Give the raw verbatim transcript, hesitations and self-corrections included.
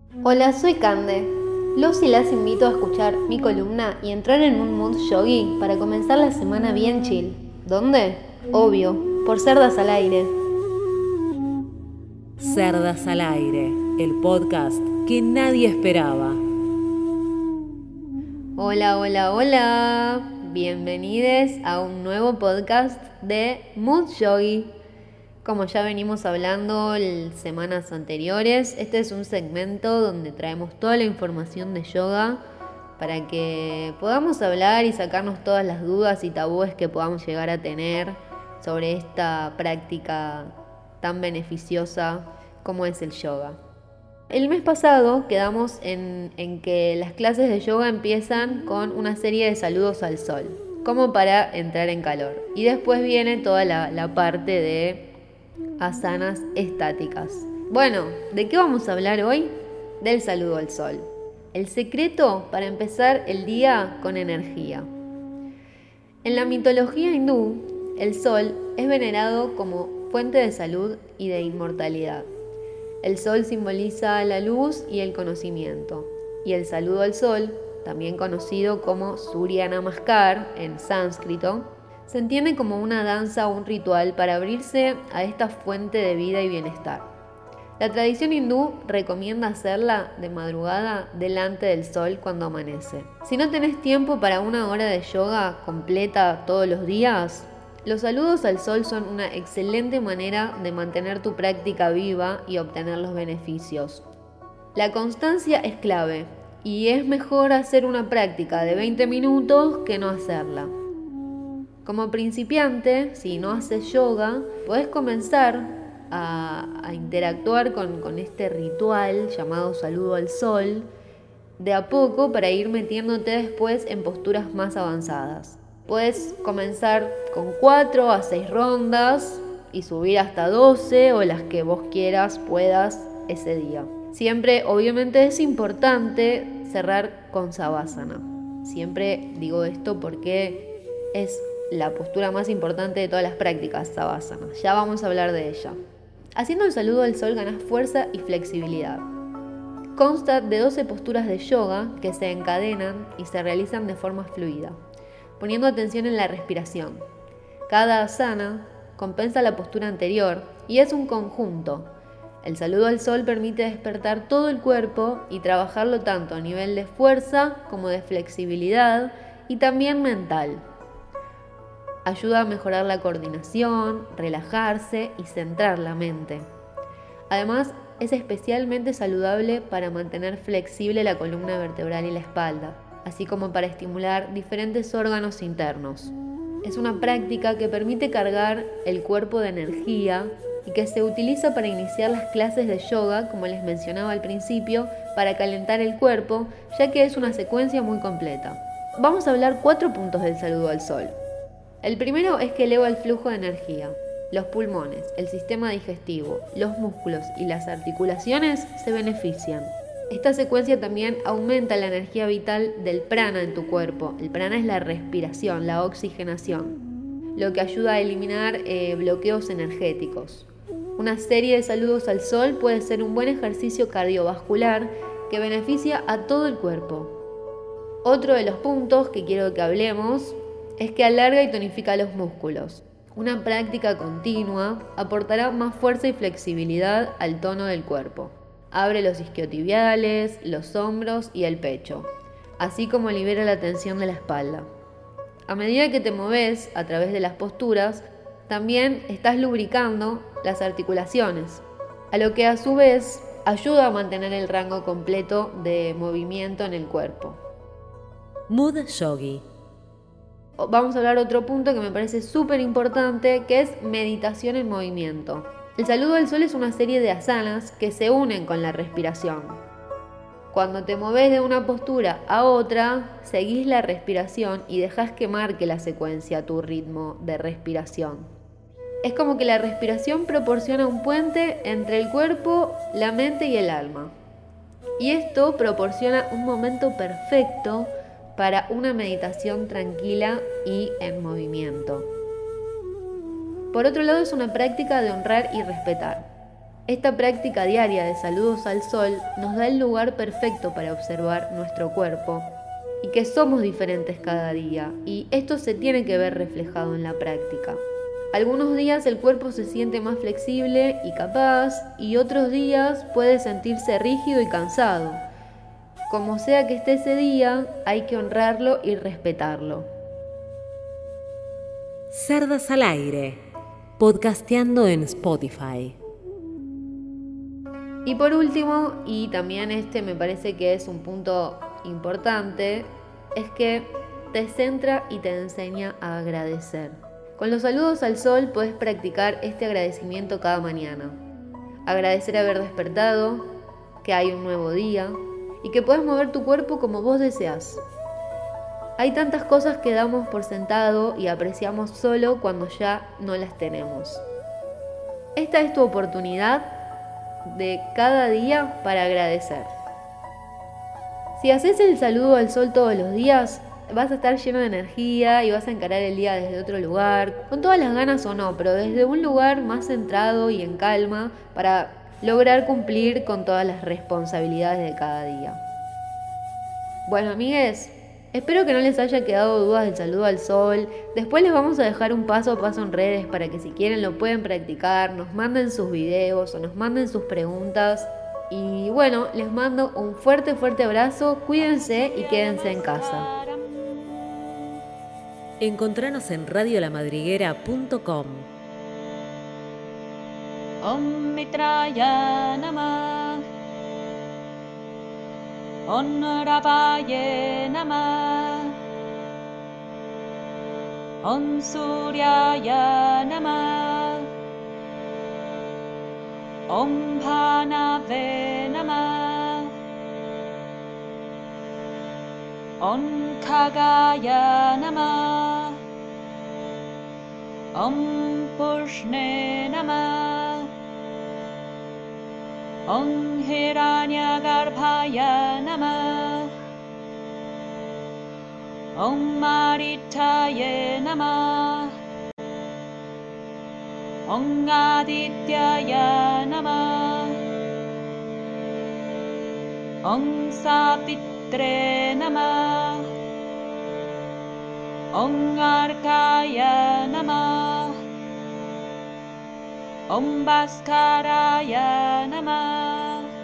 Hola, soy Cande. Los y las invito a escuchar mi columna y entrar en un mood yogi para comenzar la semana bien chill. ¿Dónde? Obvio, por Cerdas al Aire. Cerdas al Aire, el podcast que nadie esperaba. Hola, hola, hola. Bienvenidos a un nuevo podcast de Mood Yogi. Como ya venimos hablando en semanas anteriores, este es un segmento donde traemos toda la información de yoga para que podamos hablar y sacarnos todas las dudas y tabúes que podamos llegar a tener sobre esta práctica tan beneficiosa como es el yoga. El mes pasado quedamos en, en que las clases de yoga empiezan con una serie de saludos al sol, como para entrar en calor. Y después viene toda la, la parte de asanas estáticas. Bueno, ¿de qué vamos a hablar hoy? Del saludo al sol. El secreto para empezar el día con energía. En la mitología hindú, el sol es venerado como fuente de salud y de inmortalidad. El sol simboliza la luz y el conocimiento. Y el saludo al sol, también conocido como Surya Namaskar en sánscrito, se entiende como una danza o un ritual para abrirse a esta fuente de vida y bienestar. La tradición hindú recomienda hacerla de madrugada delante del sol cuando amanece. Si no tenés tiempo para una hora de yoga completa todos los días, los saludos al sol son una excelente manera de mantener tu práctica viva y obtener los beneficios. La constancia es clave y es mejor hacer una práctica de veinte minutos que no hacerla. Como principiante, si no haces yoga, podés comenzar a, a interactuar con, con este ritual llamado saludo al sol de a poco para ir metiéndote después en posturas más avanzadas. Puedes comenzar con cuatro a seis rondas y subir hasta doce o las que vos quieras, puedas ese día. Siempre, obviamente, es importante cerrar con Savasana. Siempre digo esto porque es la postura más importante de todas las prácticas, Savasana. Ya vamos a hablar de ella. Haciendo el saludo al sol ganas fuerza y flexibilidad. Consta de doce posturas de yoga que se encadenan y se realizan de forma fluida, poniendo atención en la respiración. Cada asana compensa la postura anterior y es un conjunto. El saludo al sol permite despertar todo el cuerpo y trabajarlo tanto a nivel de fuerza como de flexibilidad y también mental. Ayuda a mejorar la coordinación, relajarse y centrar la mente. Además, es especialmente saludable para mantener flexible la columna vertebral y la espalda, así como para estimular diferentes órganos internos. Es una práctica que permite cargar el cuerpo de energía y que se utiliza para iniciar las clases de yoga, como les mencionaba al principio, para calentar el cuerpo, ya que es una secuencia muy completa. Vamos a hablar cuatro puntos del saludo al sol. El primero es que eleva el flujo de energía. Los pulmones, el sistema digestivo, los músculos y las articulaciones se benefician. Esta secuencia también aumenta la energía vital del prana en tu cuerpo. El prana es la respiración, la oxigenación, lo que ayuda a eliminar eh, bloqueos energéticos. Una serie de saludos al sol puede ser un buen ejercicio cardiovascular que beneficia a todo el cuerpo. Otro de los puntos que quiero que hablemos es que alarga y tonifica los músculos. Una práctica continua aportará más fuerza y flexibilidad al tono del cuerpo. Abre los isquiotibiales, los hombros y el pecho, así como libera la tensión de la espalda. A medida que te moves a través de las posturas, también estás lubricando las articulaciones, a lo que a su vez ayuda a mantener el rango completo de movimiento en el cuerpo. Mood Yogi. Vamos a hablar de otro punto que me parece súper importante, que es meditación en movimiento. El saludo al sol es una serie de asanas que se unen con la respiración. Cuando te moves de una postura a otra, seguís la respiración y dejás que marque la secuencia tu ritmo de respiración. Es como que la respiración proporciona un puente entre el cuerpo, la mente y el alma. Y esto proporciona un momento perfecto para una meditación tranquila y en movimiento. Por otro lado, es una práctica de honrar y respetar. Esta práctica diaria de saludos al sol nos da el lugar perfecto para observar nuestro cuerpo y que somos diferentes cada día, y esto se tiene que ver reflejado en la práctica. Algunos días el cuerpo se siente más flexible y capaz, y otros días puede sentirse rígido y cansado. Como sea que esté ese día, hay que honrarlo y respetarlo. Cerdas al aire, podcasteando en Spotify. Y por último, y también este me parece que es un punto importante, es que te centra y te enseña a agradecer. Con los saludos al sol puedes practicar este agradecimiento cada mañana. Agradecer haber despertado, que hay un nuevo día y que puedes mover tu cuerpo como vos deseas. Hay tantas cosas que damos por sentado y apreciamos solo cuando ya no las tenemos. Esta es tu oportunidad de cada día para agradecer. Si haces el saludo al sol todos los días, vas a estar lleno de energía y vas a encarar el día desde otro lugar, con todas las ganas o no, pero desde un lugar más centrado y en calma para lograr cumplir con todas las responsabilidades de cada día. Bueno, amigues, espero que no les haya quedado dudas del saludo al sol. Después les vamos a dejar un paso a paso en redes para que si quieren lo pueden practicar, nos manden sus videos o nos manden sus preguntas. Y bueno, les mando un fuerte, fuerte abrazo, cuídense y quédense en casa. Encontranos en radio la madriguera punto com. Om Mitraya Namah, Om Ravaye Namah, Om Suryaya Namah, Om Bhanave Namah, Om Khagaya Namah, Om Pushne Namah, Om Hiranyagarbhaya Namah, Om Maritaye Namah, Om Adityaya Namah, Om Savitre Namah, Om Arkaya Namah, Om Bhaskaraya Namah,